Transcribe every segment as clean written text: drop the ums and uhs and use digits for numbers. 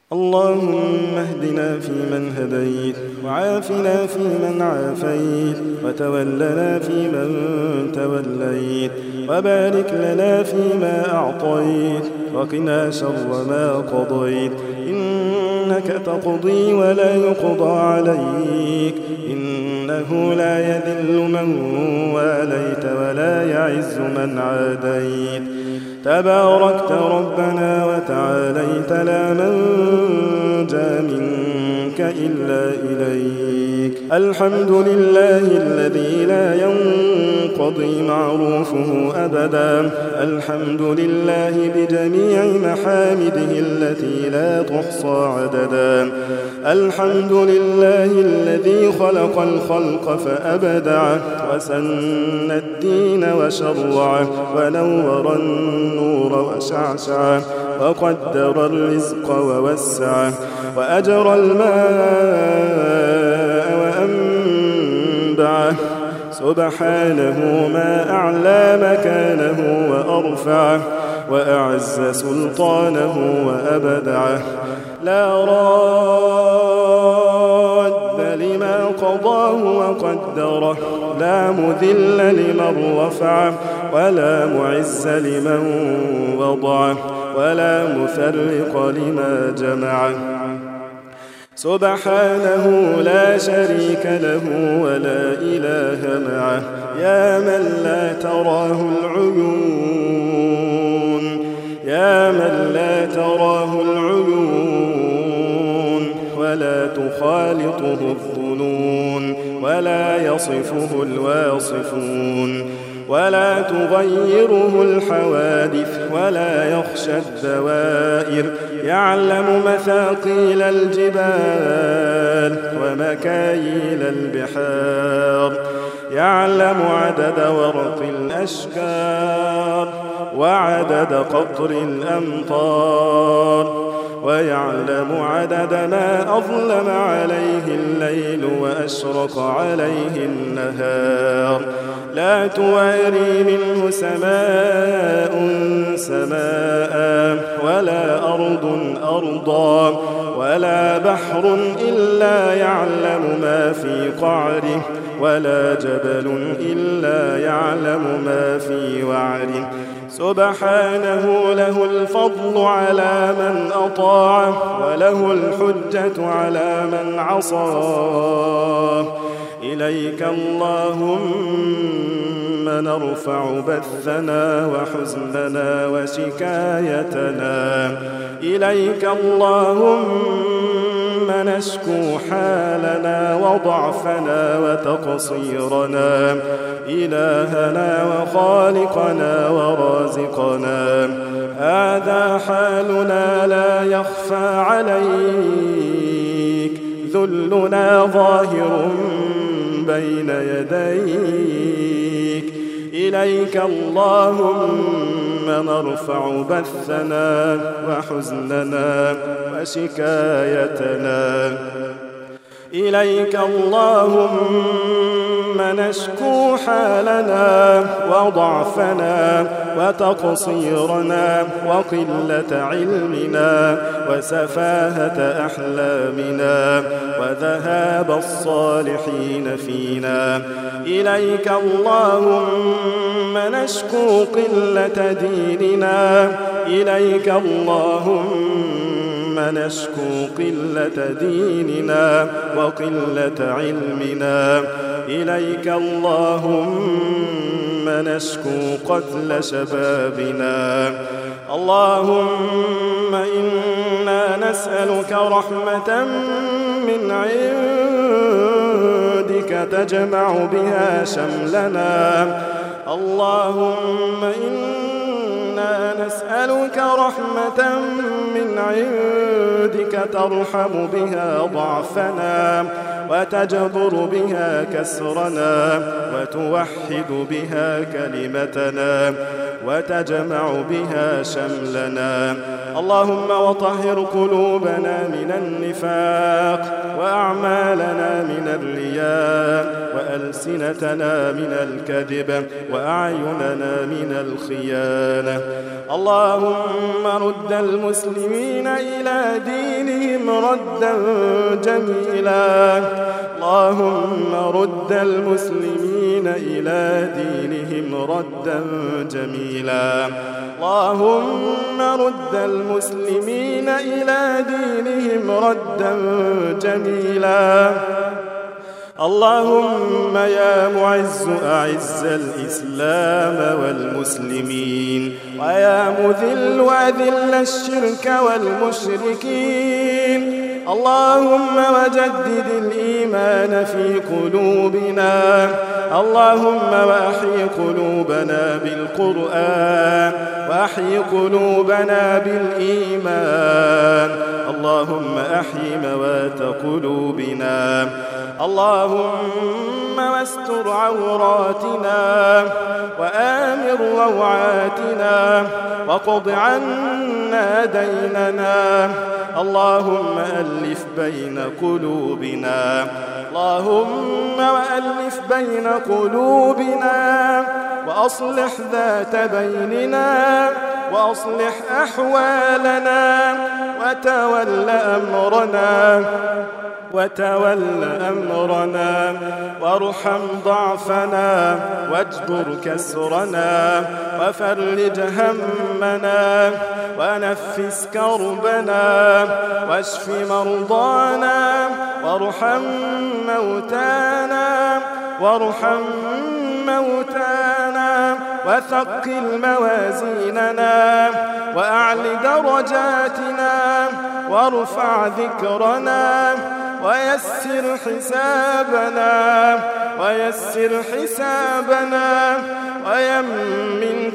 اللهم اهدنا فيمن هديت، وعافنا فيمن عافيت، وتولنا فيمن توليت، وبارك لنا فيما أعطيت، وقنا شر ما قضيت، إنك تقضي ولا يقضى عليك، إنه لا يذل من واليت ولا يعز من عاديت، تباركت ربنا وتعاليت، لا منجى منك إلا إليك. الحمد لله الذي لا ينقضي معروفه أبدا، الحمد لله بجميع محامده التي لا تحصى عددا، الحمد لله الذي خلق الخلق فأبدعه، وسن الدين وشرعه، ونور النور وشعشعه، وقدر الرزق ووسعه، وأجرى الماء وأنبعه، سبحانه ما أعلى مكانه وأرفعه، وأعز سلطانه وأبدعه، لا راد لما قضاه وقدره، لا مذل لمن رفعه، ولا معز لمن وضعه، ولا مفرق لما جمعه، سبحانه لا شريك له ولا إله معه، يا من لا تراه العيون، يا من لا تراه العيون، ولا تخالطه الظنون، ولا يصفه الواصفون، ولا تغيره الحوادث، ولا يخشى الدوائر، يعلم مثاقيل الجبال ومكاييل البحار، يعلم عدد ورق الأشجار، وعدد قطر الأمطار، ويعلم عدد ما أظلم عليه الليل وأشرق عليه النهار، لا تواري منه سماء سماء، ولا أرض أرضا، ولا بحر إلا يعلم ما في قعره، ولا جبل إلا يعلم ما في وعره، سبحانه له الفضل على من أطاعه، وله الحجة على من عصاه. إليك اللهم نرفع بثنا وحزننا وشكايتنا، إليك اللهم نشكو حالنا وضعفنا وتقصيرنا، إلهنا وخالقنا ورازقنا، هذا حالنا لا يخفى عليك، ذلنا ظاهر بين يديك، إليك اللهم نرفع بثنا وحزننا وشكايتنا، إليك اللهم نشكو حالنا وضعفنا وتقصيرنا وقلة علمنا وسفاهة أحلامنا وذهاب الصالحين فينا، إليك اللهم نشكو قلة ديننا، إليك اللهم نشكو قلة ديننا وقلة علمنا، إليك اللهم نشكو قتل شبابنا، اللهم إنا نسألك رحمة من عندك تجمع بها شملنا، اللهم إنا نسألك رحمة من عندك ترحم بها ضعفنا وتجبر بها كسرنا وتوحد بها كلمتنا وتجمع بها شملنا، اللهم وطهر قلوبنا من النفاق وأعمالنا من الرياء وألسنتنا من الكذب وأعيننا من الخيانة، اللهم رد المسلمين إلى دينهم دينهم ردا جميلا اللهم رد المسلمين إلى دينهم ردا جميلا اللهم رد المسلمين إلى دينهم ردا جميلا اللهم يا معز أعز الإسلام والمسلمين ويا مذل وأذل الشرك والمشركين اللهم وجدد الإيمان في قلوبنا اللهم وأحي قلوبنا بالقرآن وأحي قلوبنا بالإيمان اللهم أحي موات قلوبنا اللهم واستر عوراتنا وآمن روعاتنا وقض عنا ديننا اللهم ألف بين قلوبنا اللهم وألف بين قلوبنا وأصلح ذات بيننا وأصلح أحوالنا وتول أمرنا وارحم ضعفنا واجبر كسرنا وفرج همنا ونفس كربنا واشف مرضانا وارحم موتانا وثقل موازيننا وأعل درجاتنا وارفع ذكرنا ويسر حسابنا ويمن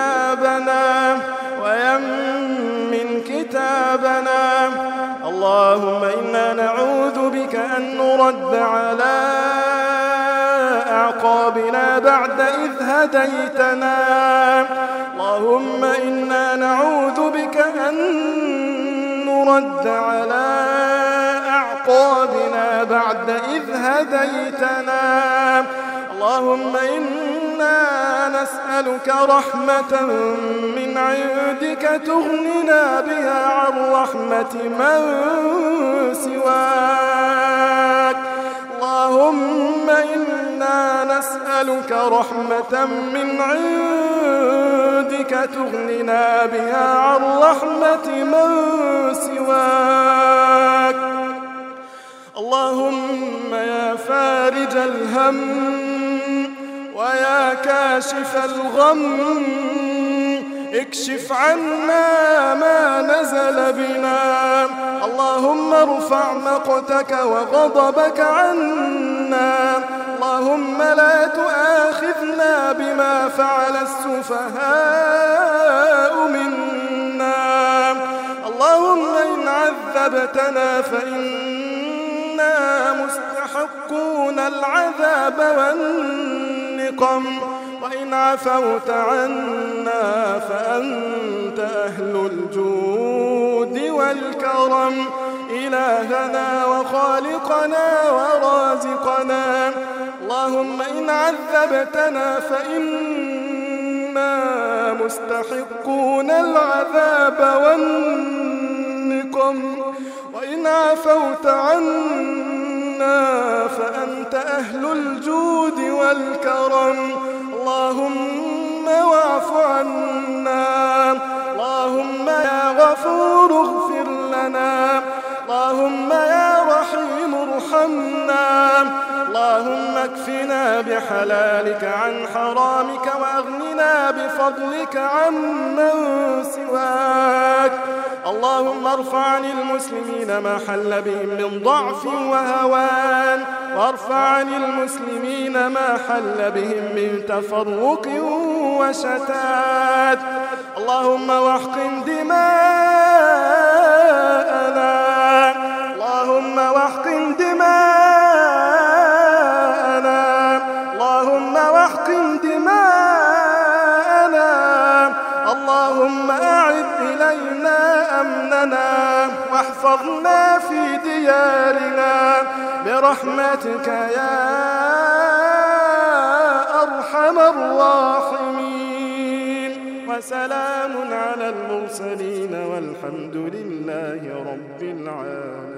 كتابنا اللهم إنا نعوذ بك أن نرد على أعقابنا بعد إذ هديتنا اللهم إنا نعوذ بك أن نرد على أعقابنا بعد إذ هديتنا اللهم إنا نسألك رحمة من عندك تغننا بها عن رحمة من سواك اللهم إنا نسألك رحمة من عندك تغننا بها عن رحمة من سواك اللهم يا فارج الهم ويا كاشف الغم اكشف عنا ما نزل بنا اللهم ارفع مقتك وغضبك عنا اللهم لا تؤاخذنا بما فعل السفهاء منا اللهم إن عذبتنا فإنا مستحقون العذاب والنقم وإن عفوت عنا فأنت أهل الجود والكرم إلهنا وخالقنا ورازقنا اللهم إن عذبتنا فإنا مستحقون العذاب والنقم وإن عفوت عنا فأنت أهل الجود والكرم اللهم واعف عنا اللهم يا غفور اغفر لنا اللهم يا رحيم ارحمنا اللهم اكفنا بحلالك عن حرامك وأغننا بفضلك عمن سواك اللهم ارفع عن المسلمين ما حل بهم من ضعف وهوان وارفع عن المسلمين ما حل بهم من تفرق وشتات اللهم واحقن دماءنا اللهم واحقن دماءنا اللهم واحقن دماءنا اللهم أعد إلينا أمننا واحفظنا في ديارنا برحمتك يا أرحم الراحمين وسلام على المرسلين والحمد لله رب العالمين.